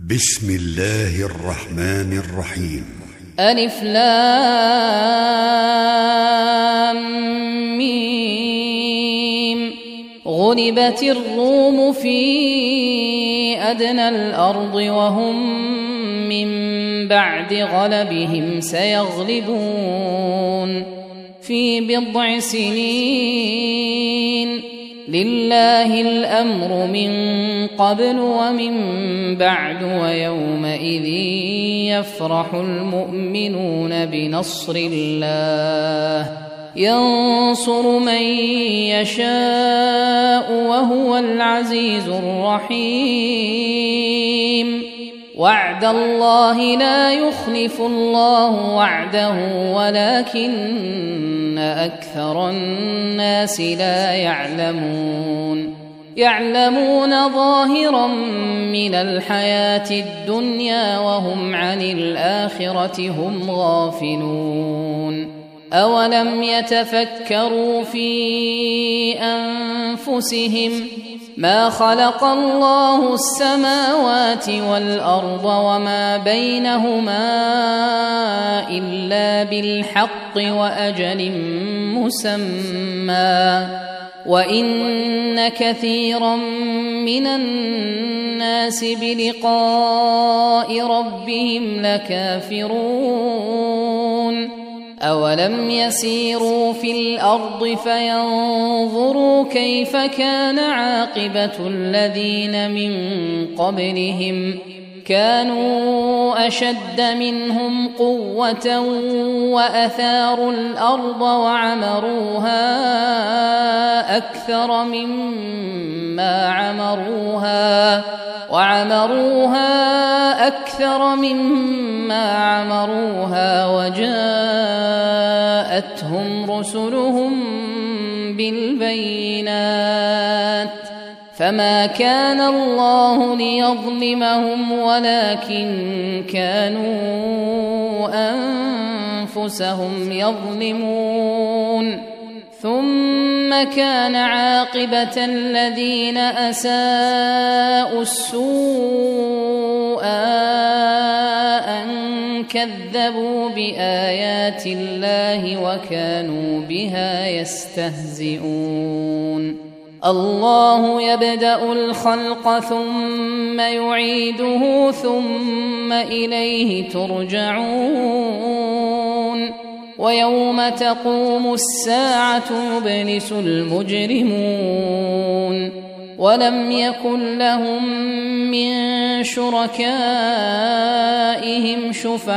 بسم الله الرحمن الرحيم. ألف لام ميم. غلبت الروم في أدنى الأرض وهم من بعد غلبهم سيغلبون في بضع سنين. لله الأمر من قبل ومن بعد ويومئذ يفرح المؤمنون بنصر الله ينصر من يشاء وهو العزيز الرحيم. وعد الله لا يخلف الله وعده ولكن أكثر الناس لا يعلمون ظاهرا من الحياة الدنيا وهم عن الآخرة هم غافلون. أولم يتفكروا في أنفسهم ما خلق الله السماوات والأرض وما بينهما إلا بالحق وأجل مسمى وإن كثيرا من الناس بلقاء ربهم لكافرون. أولم يسيروا في الأرض فينظروا كيف كان عاقبة الذين من قبلهم كانوا أشد منهم قوة وأثاروا الأرض وعمروها أكثر مما عمروها وجاءتهم رسلهم بالبينات فما كان الله ليظلمهم ولكن كانوا أنفسهم يظلمون. ثم كان عاقبة الذين أساءوا السوء أن كذبوا بآيات الله وكانوا بها يستهزئون. الله يبدأ الخلق ثم يعيده ثم إليه ترجعون. ويوم تقوم الساعة يبلس المجرمون ولم يكن لهم من شركائهم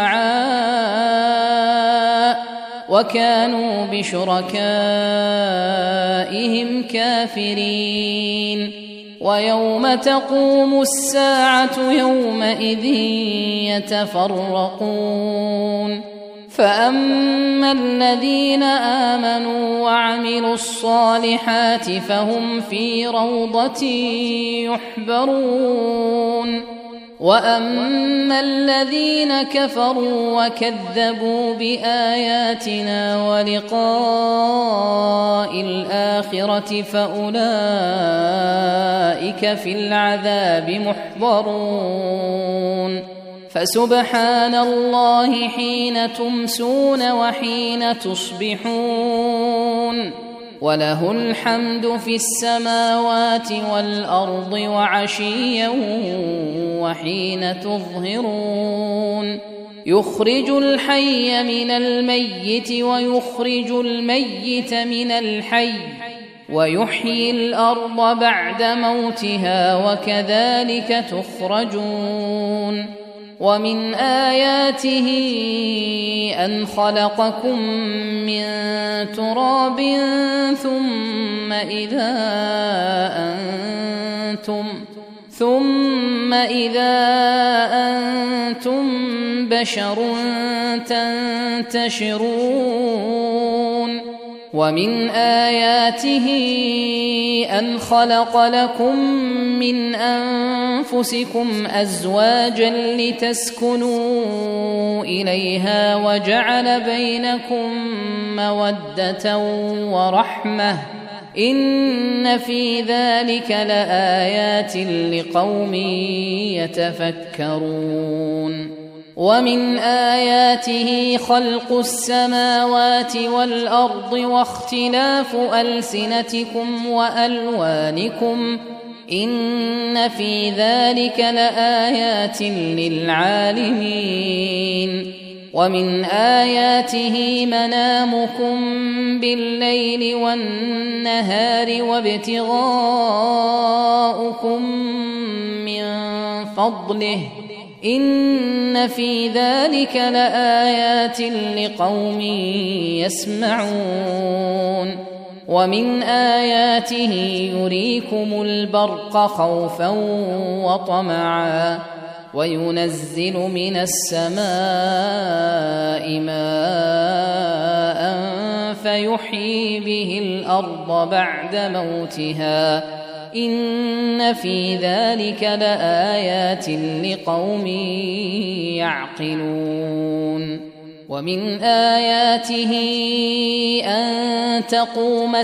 شفعاء وكانوا بشركائهم كافرين. ويوم تقوم الساعة يومئذ يتفرقون فأما الذين آمنوا وعملوا الصالحات فهم في روضة يحبرون. وأما الذين كفروا وكذبوا بآياتنا ولقاء الآخرة فأولئك في العذاب محضرون. فسبحان الله حين تمسون وحين تصبحون وله الحمد في السماوات والأرض وعشيا وحين تظهرون. يخرج الحي من الميت ويخرج الميت من الحي ويحيي الأرض بعد موتها وكذلك تخرجون. ومن آياته أن خلقكم من تراب ثم إذا أنتم بشر تنتشرون. ومن آياته أن خلق لكم من أنفسكم أزواجا لتسكنوا إليها وجعل بينكم مودة ورحمة إن في ذلك لآيات لقوم يتفكرون ومن آياته خلق السماوات والأرض واختلاف ألسنتكم وألوانكم إن في ذلك لآيات للعالمين ومن آياته منامكم بالليل والنهار وابتغاؤكم من فضله إن في ذلك لآيات لقوم يسمعون ومن آياته يريكم البرق خوفا وطمعا وينزل من السماء ماء فيحيي به الأرض بعد موتها إن في ذلك لآيات لقوم يعقلون ومن آياته أن تقوم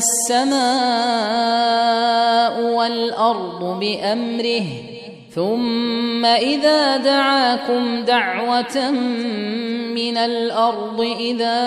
السماء والأرض بأمره ثم إذا دعاكم دعوة من الأرض إذا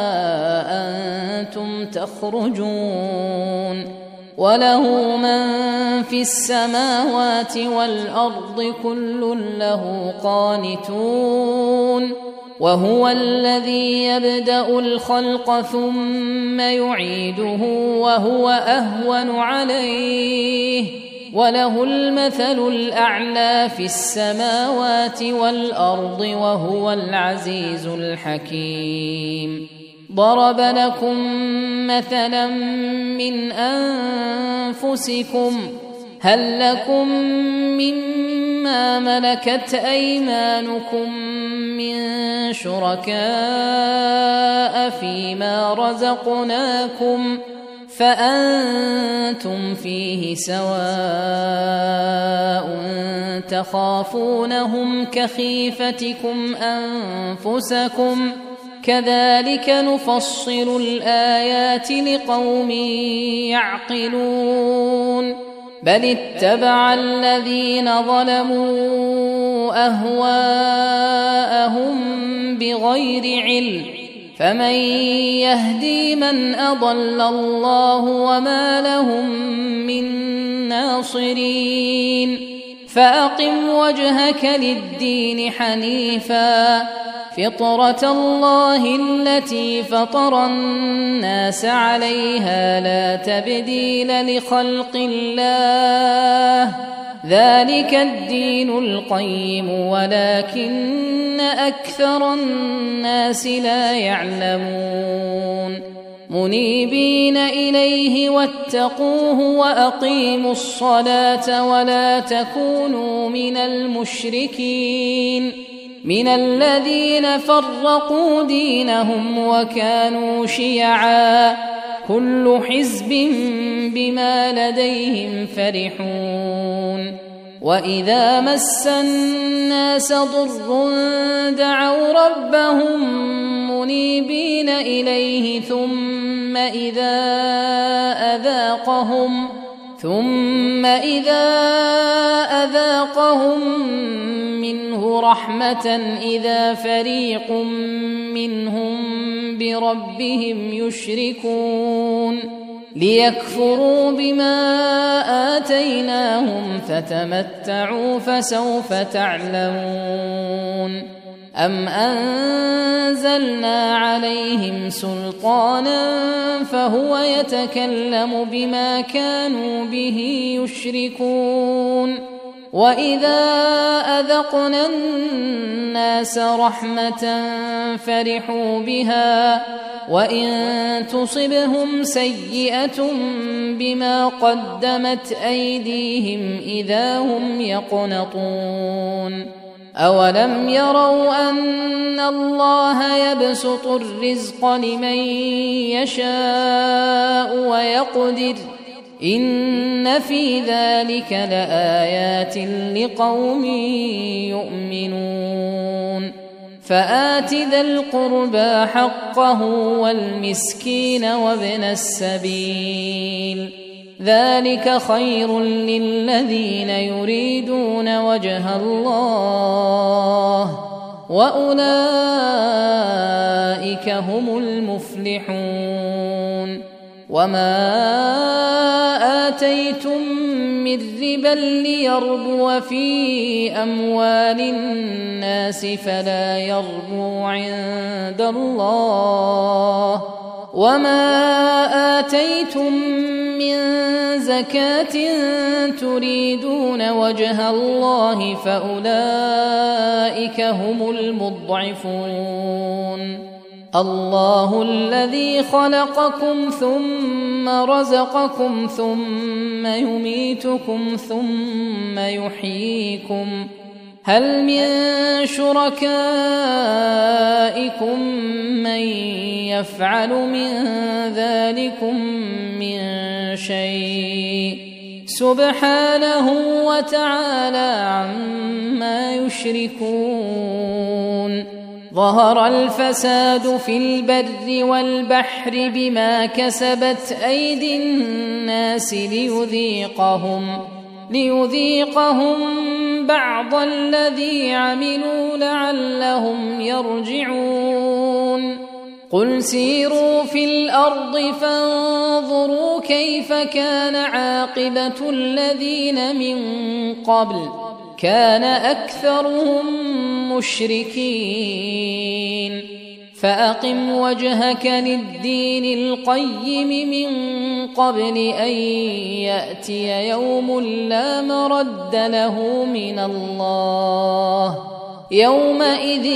أنتم تخرجون وله من في السماوات والأرض كل له قانتون وهو الذي يبدأ الخلق ثم يعيده وهو أهون عليه وله المثل الأعلى في السماوات والأرض وهو العزيز الحكيم ضرب لكم مثلا من أنفسكم هل لكم مما ملكت أيمانكم من شركاء فيما رزقناكم فأنتم فيه سواء تخافونهم كخيفتكم أنفسكم كذلك نفصل الآيات لقوم يعقلون بل اتبع الذين ظلموا أهواءهم بغير علم فمن يهدي من أضل الله وما لهم من ناصرين فأقم وجهك للدين حنيفا فطرة الله التي فطر الناس عليها لا تبديل لخلق الله ذلك الدين القيم ولكن أكثر الناس لا يعلمون منيبين إليه واتقوه وأقيموا الصلاة ولا تكونوا من المشركين من الذين فرقوا دينهم وكانوا شيعا كل حزب بما لديهم فرحون وإذا مس الناس ضر دعوا ربهم منيبين إليه ثم إذا أذاقهم منه رحمة إذا فريق منهم بربهم يشركون ليكفروا بما آتيناهم فتمتعوا فسوف تعلمون أم أنزلنا عليهم سلطانا فهو يتكلم بما كانوا به يشركون وإذا أذقنا الناس رحمة فرحوا بها وإن تصبهم سيئة بما قدمت أيديهم إذا هم يقنطون أولم يروا أن الله يبسط الرزق لمن يشاء ويقدر إن في ذلك لآيات لقوم يؤمنون فآت ذا القربى حقه والمسكين وابن السبيل ذلك خير للذين يريدون وجه الله وأولئك هم المفلحون. وما آتيتم من ربا ليربو في أموال الناس فلا يربو عند الله، وما آتيتم من زكاة تريدون وجه الله فأولئك هم المضعفون. الله الذي خلقكم ثم رزقكم ثم يميتكم ثم يحييكم، هل من شركائكم من يفعل من ذلكم من شيء؟ سبحانه وتعالى عما يشركون. ظهر الفساد في البر والبحر بما كسبت أيدي الناس ليذيقهم بعض الذي عملوا لعلهم يرجعون. قل سيروا في الأرض فانظروا كيف كان عاقبة الذين من قبل، كان أكثرهم مشركين. فأقم وجهك للدين القيم من قبل أن يأتي يوم لا مرد له من الله، يومئذ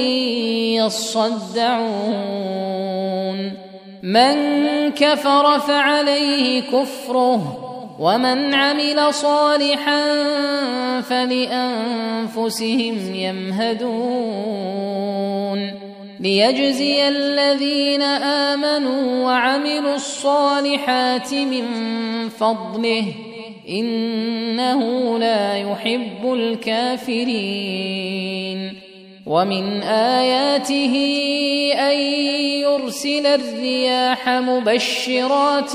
يصدعون. من كفر فعليه كفره، ومن عمل صالحا فلأنفسهم يمهدون. ليجزي الذين آمنوا وعملوا الصالحات من فضله، إنه لا يحب الكافرين. ومن آياته أن يرسل الرياح مبشرات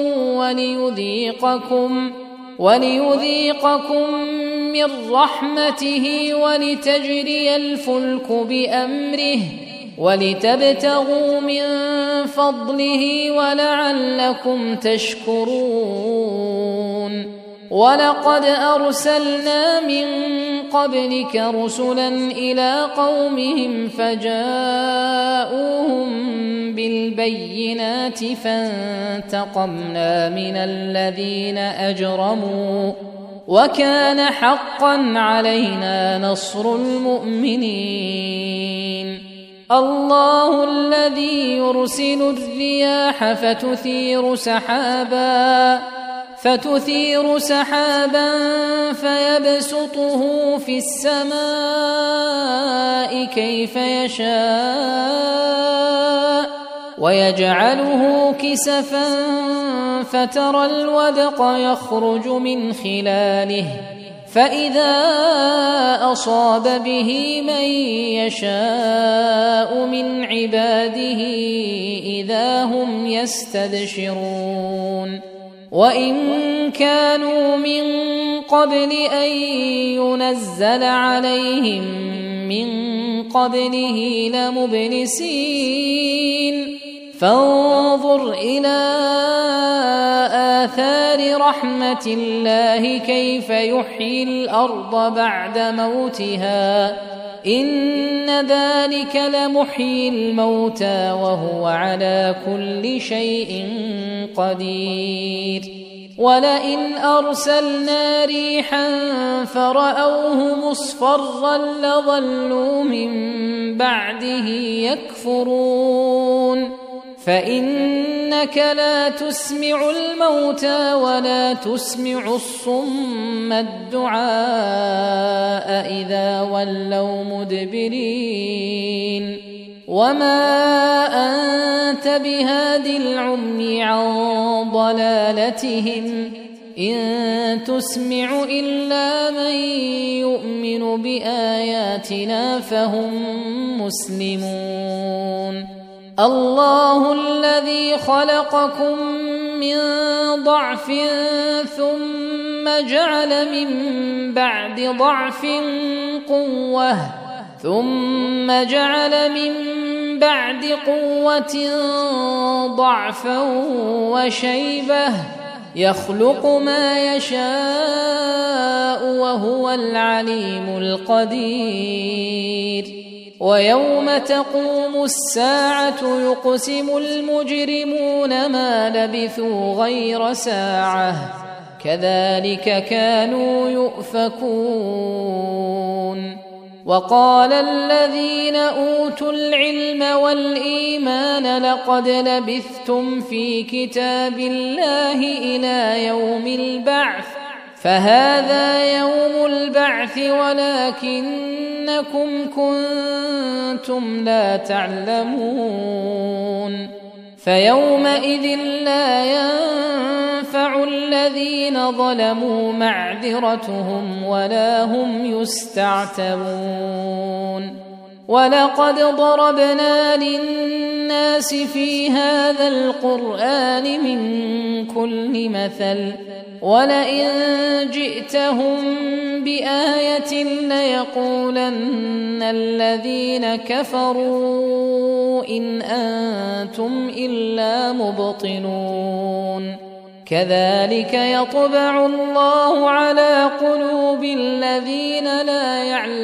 وليذيقكم من رحمته ولتجري الفلك بأمره ولتبتغوا من فضله ولعلكم تشكرون. ولقد أرسلنا من قبلك رسلا إلى قومهم فجاءوهم بالبينات فانتقمنا من الذين أجرموا وكان حقا علينا نصر المؤمنين. الله الذي يرسل الرياح فتثير سحابا فيبسطه في السماء كيف يشاء ويجعله كسفا فترى الودق يخرج من خلاله فإذا أصاب به من يشاء من عباده إذا هم يستبشرون. وإن كانوا من قبل أن ينزل عليهم من قبله لمبلسين. فانظر إلى آثار رحمة الله كيف يحيي الأرض بعد موتها إن ذلك لمحيي الموتى وهو على كل شيء قدير. ولئن أرسلنا ريحا فرأوه مصفرا لظلوا من بعده يكفرون. فإنك لا تسمع الموتى ولا تسمع الصم الدعاء إذا ولوا مدبرين. وما أنت بهاد العمي عن ضلالتهم إن تسمع إلا من يؤمن بآياتنا فهم مسلمون. الله الذي خلقكم من ضعف ثم جعل من بعد ضعف قوة ثم جعل من بعد قوة ضعفا وشيبة يخلق ما يشاء وهو العليم القدير ويوم تقوم الساعة يقسم المجرمون ما لبثوا غير ساعة كذلك كانوا يؤفكون وقال الذين أوتوا العلم والإيمان لقد لبثتم في كتاب الله إلى يوم البعث فهذا يوم البعث ولكنكم كنتم لا تعلمون فيومئذ لا ينفع الذين ظلموا معذرتهم ولا هم يستعتبون ولقد ضربنا للناس في هذا القرآن من كل مثل ولئن جئتهم بآية ليقولن الذين كفروا إن أنتم إلا مبطلون كذلك يطبع الله على قلوب الذين لا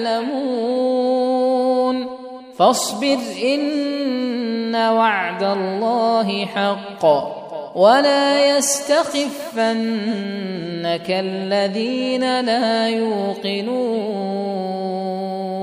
يعلمون فاصبر إن وعد الله حق ولا يستخفنك الذين لا يوقنون